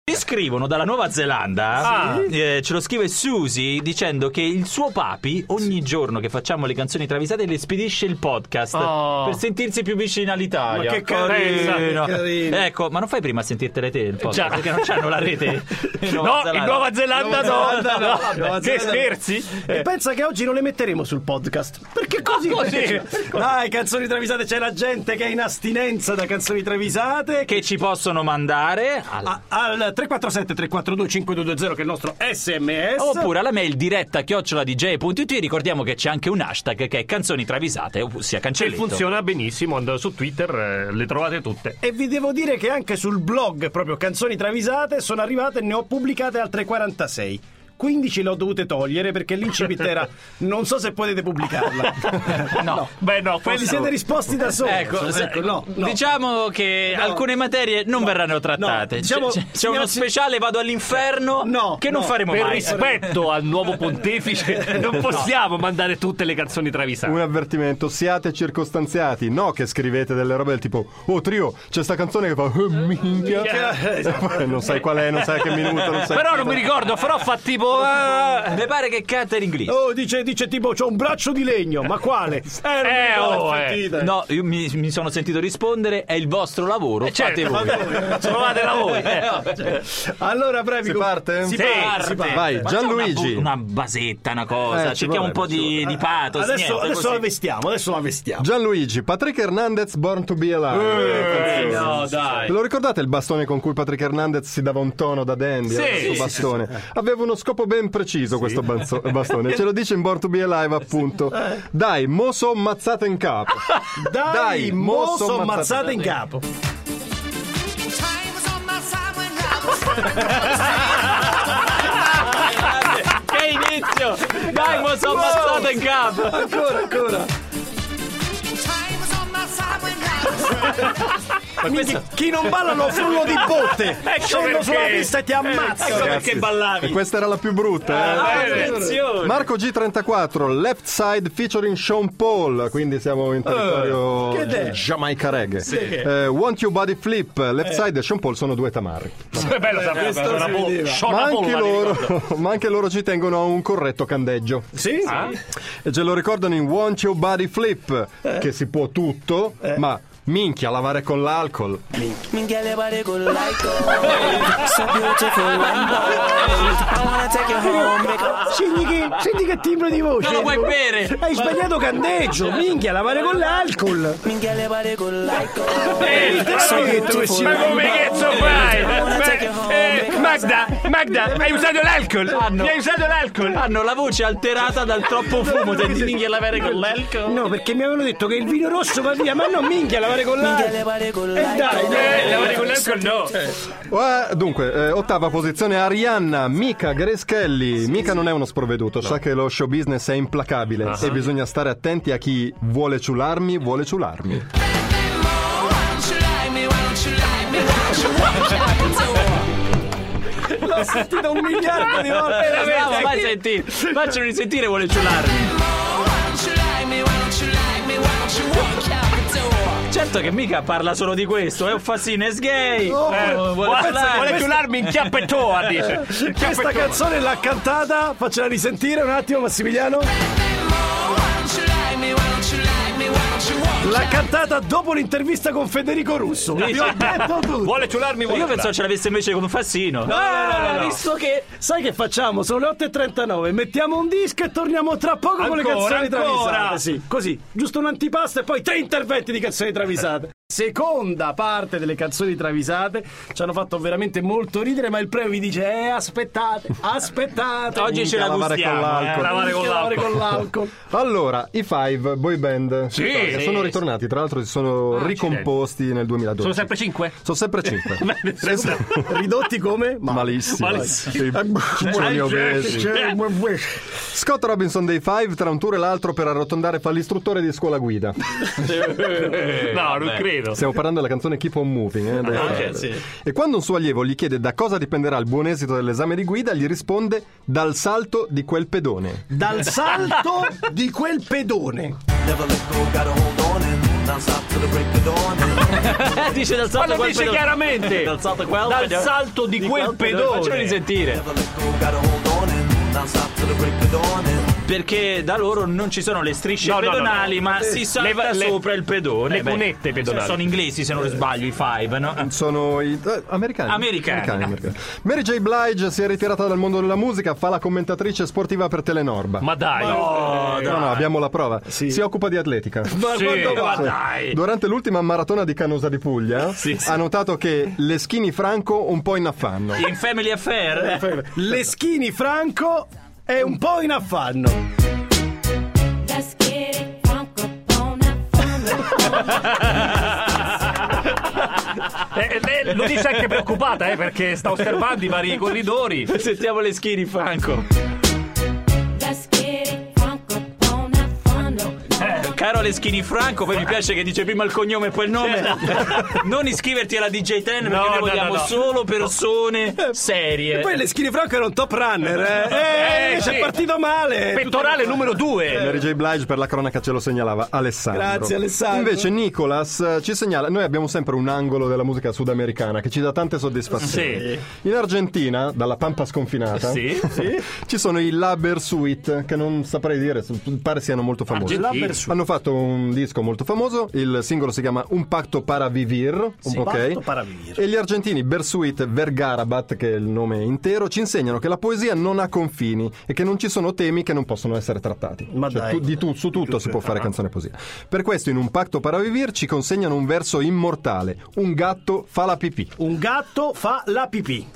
Mi scrivono dalla Nuova Zelanda, ce lo scrive Susie dicendo che il suo papi ogni giorno che facciamo le canzoni travisate le spedisce il podcast per sentirsi più vicino all'Italia. Ma che carino. Ecco, ma non fai prima a sentirtele te il podcast? Perché non c'hanno la rete in Nuova Zelanda no. Che scherzi? E pensa che oggi non le metteremo sul podcast. Perché così? Dai, canzoni travisate, c'è la gente che è in astinenza da canzoni travisate che ci possono mandare al 347-342-5220 che è il nostro SMS, oppure alla mail diretta@dj.it. Ricordiamo che c'è anche un hashtag che è canzoni travisate, ossia cancelletto. E funziona benissimo, andate su Twitter, le trovate tutte. E vi devo dire che anche sul blog proprio canzoni travisate sono arrivate e ne ho pubblicate altre 46. 15 le ho dovute togliere perché l'incipit era non so se potete pubblicarla. No. Beh, no, Poi vi siete risposti da soli. Ecco, no. Diciamo che alcune materie non verranno trattate. Diciamo, c'è uno speciale Vado all'inferno che non faremo per mai. Rispetto al nuovo pontefice non possiamo mandare tutte le canzoni travisate. Un avvertimento: siate circostanziati, no che scrivete delle robe del tipo oh trio, c'è sta canzone che fa minchia, non sai qual è, non sai che minuto, non sai. Però non mi ricordo, però fa tipo mi pare che canta in inglese. Oh, dice tipo c'ho un braccio di legno, ma quale? No, io mi sono sentito rispondere è il vostro lavoro, fate voi. Trovatela voi. Allora brevi. Si parte? Si parte. Vai, Gianluigi. Una basetta, una cosa, cerchiamo un po' di pathos. Adesso la vestiamo. Gianluigi, Patrick Hernandez, Born to be Alive. No, dai. Ve lo ricordate il bastone con cui Patrick Hernandez si dava un tono da dandy? Sì, bastone. Aveva uno scopo ben preciso questo bastone. Ce lo dice in Born to be Alive, appunto. Dai, mo so mazzate in capo. Dai, mo so mazzate in capo. Che inizio! Dai, mo so mazzate in capo. Ancora. Chi non balla lo frullo di botte. Scendo sulla pista e ti ammazzo. Ecco perché ballavi. E questa era la più brutta. Attenzione. Marco G34, Left Side featuring Sean Paul, quindi siamo in territorio Jamaica Reggae. Want You Body Flip, Left Side e Sean Paul sono due tamarri. Bello Ma anche loro ci tengono a un corretto candeggio. Sì? E ce lo ricordano in Want You Body Flip, che si può tutto, ma minchia, lavare con l'alcol. Minchia, lavare con l'alcol. So beautiful and bold. I wanna take you home. Senti che timbro di voce. Non lo puoi bere. Hai sbagliato candeggio. Minchia, lavare con l'alcol. Minchia, lavare con l'alcol. Ma come cazzo fai? Magda, hai usato l'alcol? Mi hai usato l'alcol? Hanno la voce alterata dal troppo fumo. Senti minchia lavare con l'alcol? No, perché mi avevano detto che il vino rosso va via, ma non minchia lavare con l'alcol. Lavare con Lavare con l'alcol no. Dunque, ottava posizione Arianna, Mika Grace Kelly. Mika non è uno sprovveduto, sa che lo show business è implacabile e bisogna stare attenti a chi vuole ciularmi. L'ho sentito 1 miliardo di volte. Veramente, mai sentito. Faccelo risentire, vuole ciularmi. Certo che mica parla solo di questo, è un Fassines gay. Vuole ciularmi in chiappettoa, dice. Questa canzone l'ha cantata, faccela risentire un attimo, Massimiliano. L'ha cantata dopo l'intervista con Federico Russo. Vi ho detto tutto. Vuole ciularmi. Io pensavo ce l'avesse invece con un Fassino. No. Visto che sai che facciamo? Sono le 8:39. Mettiamo un disco e torniamo tra poco con le canzoni travisate. Sì, così, giusto un antipasto e poi 3 interventi di canzoni travisate. Seconda parte delle canzoni travisate. Ci hanno fatto veramente molto ridere, ma il premio vi dice aspettate. Oggi ce la gustiamo. Lavare con l'alcol. Allora, i Five boy band sono ritornati, tra l'altro si sono ricomposti nel 2012. Sono sempre 5? Sono sempre 5. Ridotti come? Malissimo. Scott Robinson dei Five tra un tour e l'altro per arrotondare fa l'istruttore di scuola guida. No, non credo. Stiamo parlando della canzone Keep on Moving. Sì. E quando un suo allievo gli chiede da cosa dipenderà il buon esito dell'esame di guida, gli risponde dal salto di quel pedone. Dal salto di quel pedone. Never let go, gotta hold on and Dice dal salto ma lo dice pedone. Chiaramente Dal salto dal salto di quel pedone. Facciamo risentire. Perché da loro non ci sono le strisce pedonali, ma si salta sopra il pedone. Le cunette pedonali. Sono inglesi, se non sbaglio, i Five, no? Sono americani. Americani. Mary J. Blige si è ritirata dal mondo della musica, fa la commentatrice sportiva per Telenorba. Ma dai. No, abbiamo la prova. Sì. Si occupa di atletica. Ma dai. Durante l'ultima maratona di Canosa di Puglia ha notato che le Schini Franco un po' in affanno. In Family Affair? Le Schini Franco è un po' in affanno. Let's get it Franco on Lei lo dice anche preoccupata, perché sta osservando i vari corridori. Sentiamo le Schini Franco. Let's get it Franco on Caro le Schini Franco, poi mi piace che dice prima il cognome e poi il nome. Non iscriverti alla DJ10 perché noi vogliamo solo persone serie. E poi le Schini Franco era un top runner. C'è partito male. Pettorale numero 2. Mary J. Blige per la cronaca ce lo segnalava Alessandro. Grazie Alessandro. Invece Nicolas ci segnala, noi abbiamo sempre un angolo della musica sudamericana che ci dà tante soddisfazioni. Sì. In Argentina, dalla Pampa sconfinata, ci sono i La Bersuit, che non saprei dire, pare siano molto famosi. Hanno fatto un disco molto famoso, il singolo si chiama Un Pacto para Vivir, Pacto para Vivir. E gli argentini Bersuit Vergarabat, che è il nome intero, ci insegnano che la poesia non ha confini e che non ci sono temi che non possono essere trattati. Ma dai. Su tutto si può fare canzone e poesia. Per questo in Un Pacto para Vivir ci consegnano un verso immortale: un gatto fa la pipì. Un gatto fa la pipì.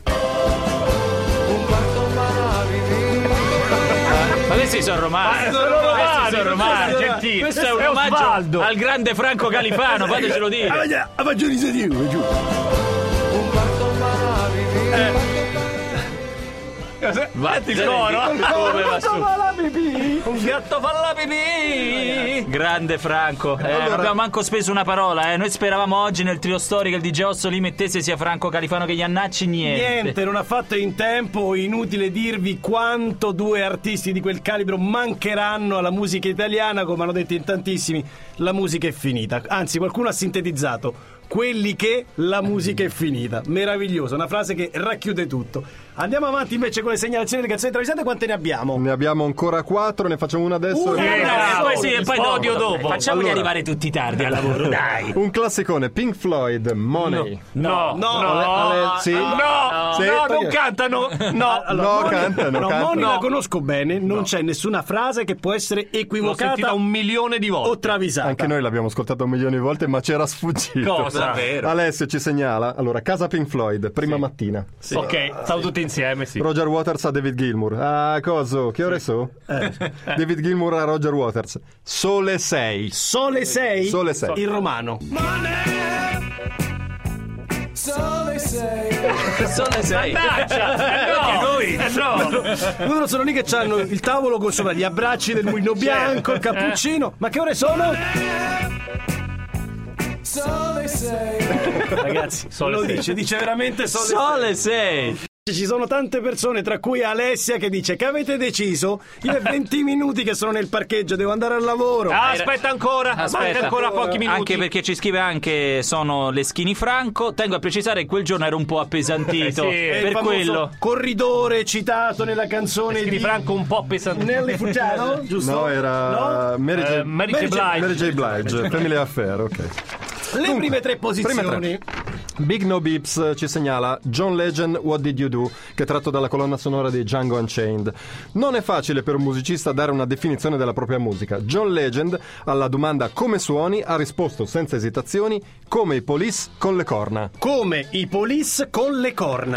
Ma questi sono romantici. Gentili. Questo è un omaggio Osvaldo al grande Franco Califano, fatecelo dire. A maggior iniziativa, giù. Vatti il coro. Come va su? Un gatto fa la pipì. Grande Franco. Non abbiamo manco speso una parola. Noi speravamo oggi nel trio storico il DJ Osso lì mettesse sia Franco Califano che Iannacci. Niente, non ha fatto in tempo. Inutile dirvi quanto due artisti di quel calibro mancheranno alla musica italiana. Come hanno detto in tantissimi, la musica è finita. Anzi, qualcuno ha sintetizzato: quelli che la musica è finita. Meraviglioso, una frase che racchiude tutto. Andiamo avanti invece con le segnalazioni delle canzoni travisate. Quante ne abbiamo? Ne abbiamo ancora 4, ne facciamo una adesso. E poi Spodio dopo. Facciamoli arrivare tutti tardi al lavoro, dai. Un classicone, Pink Floyd, Money. No, Sì. non cantano. Cantano. Money la conosco bene, non c'è nessuna frase che può essere L'ho equivocata sentita 1 milione di volte. o travisata. Anche noi l'abbiamo ascoltato 1 milione di volte, ma c'era sfuggito. Cosa? Davvero. Alessio ci segnala, allora, casa Pink Floyd, prima mattina. Ok, stavo tutti insieme, sì. Roger Waters a David Gilmour. Ah, coso? Che ore so? David Gilmour a Roger Waters. Sole 6. Sole 6? Sole 6. Il romano. Sole 6. Sole 6. Loro sono lì che hanno il tavolo con sopra gli abbracci del mulino bianco, il cappuccino. Ma che ore sono? Sole 6. Ragazzi, lo dice veramente Sole 6. Ci sono tante persone, tra cui Alessia, che dice: che avete deciso? Io è 20 minuti che sono nel parcheggio, devo andare al lavoro. Aspetta ancora pochi minuti. Anche perché ci scrive anche sono le Schini Franco. Tengo a precisare che quel giorno ero un po' appesantito Il per famoso quello. corridore citato nella canzone di di Franco un po' pesante. Nelly Furtado, giusto? No, era Mary J. Mary J. Blige. Mary J. Blige, Family Affair, ok. Le prime tre posizioni. Big No Beeps ci segnala John Legend, What Did You Do, che è tratto dalla colonna sonora di Django Unchained. Non è facile per un musicista dare una definizione della propria musica. John Legend, alla domanda come suoni, ha risposto senza esitazioni: come i Police con le corna. Come i Police con le corna.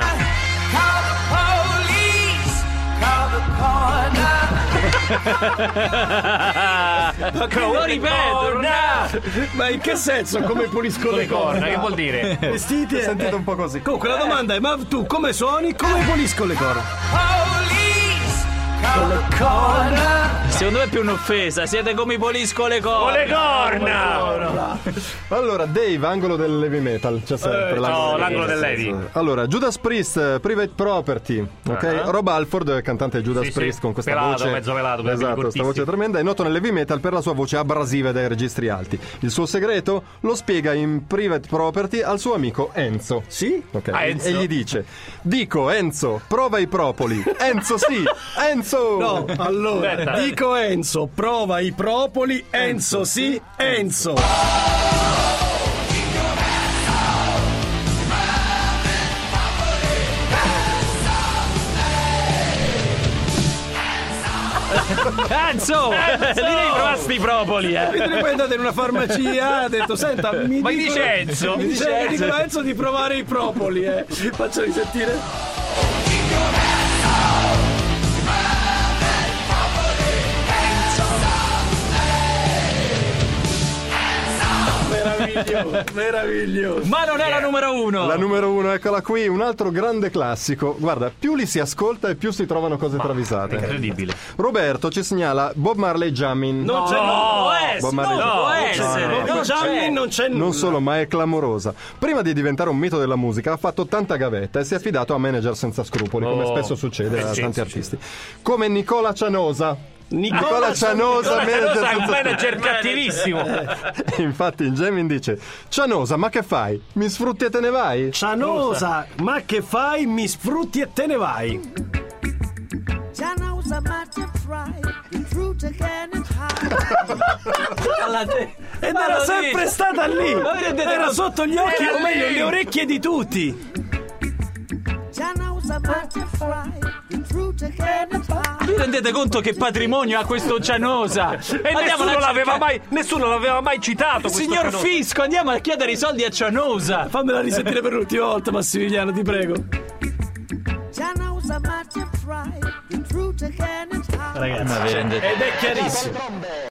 Lo ripeto, Ma in che senso come Police con le corna? Che vuol dire? Vestiti Sentite un po' così. Comunque la domanda è: ma tu come suoni? Come i Police con le corna? Secondo me è più un'offesa. Siete come i polis con le corna. Con le corna! Allora, Dave, angolo del heavy metal. C'è sempre l'angolo del heavy. Allora, Judas Priest, Private Property. Ok? Rob Halford, cantante di Judas Priest, con questa pelato, voce. mezzo pelato, esatto, questa voce tremenda. È noto nell'heavy metal per la sua voce abrasiva e dai registri alti. Il suo segreto lo spiega in Private Property al suo amico Enzo. Sì? Ok. Enzo? E gli dice: dico Enzo, prova i propoli. Enzo sì, Enzo! No, allora, Aspetta. dico Enzo, prova i propoli, Enzo sì, Enzo. Enzo! Lì devi provare i propoli, Mentre poi andate in una farmacia, ha detto, senta, mi dice Enzo? Mi dice Enzo di provare i propoli, Faccio risentire. Meraviglioso. Ma non è la numero 1. La numero 1, eccola qui, un altro grande classico. Guarda, più li si ascolta e più si trovano cose travisate. Incredibile. Roberto ci segnala Bob Marley Jamming. Non c'è Bob Marley non c'è nulla. Non solo, ma è clamorosa. Prima di diventare un mito della musica ha fatto tanta gavetta e si è affidato a manager senza scrupoli, come spesso succede a tanti artisti. Come Nicola Cianosa. Nicola Cianosa, È un manager cattivissimo. Infatti in Jamming dice: Cianosa, ma che fai? Mi sfrutti e te ne vai? Cianosa, ma che fai? Mi sfrutti e te ne vai. Cianosa, ma che fai? Il frutto che ne Ed era sempre stata lì. Era sotto gli occhi, o meglio, le orecchie di tutti. Cianosa, ma che fai? Il frutto che ne Vi rendete conto che patrimonio ha questo Cianosa? E nessuno l'aveva mai citato. questo Signor Cianosa. Fisco, andiamo a chiedere i soldi a Cianosa. Fammela risentire per l'ultima volta, Massimiliano, ti prego. Cianosa, ma che fai? Il frutto che ne Ragazzi, Ed è chiarissimo.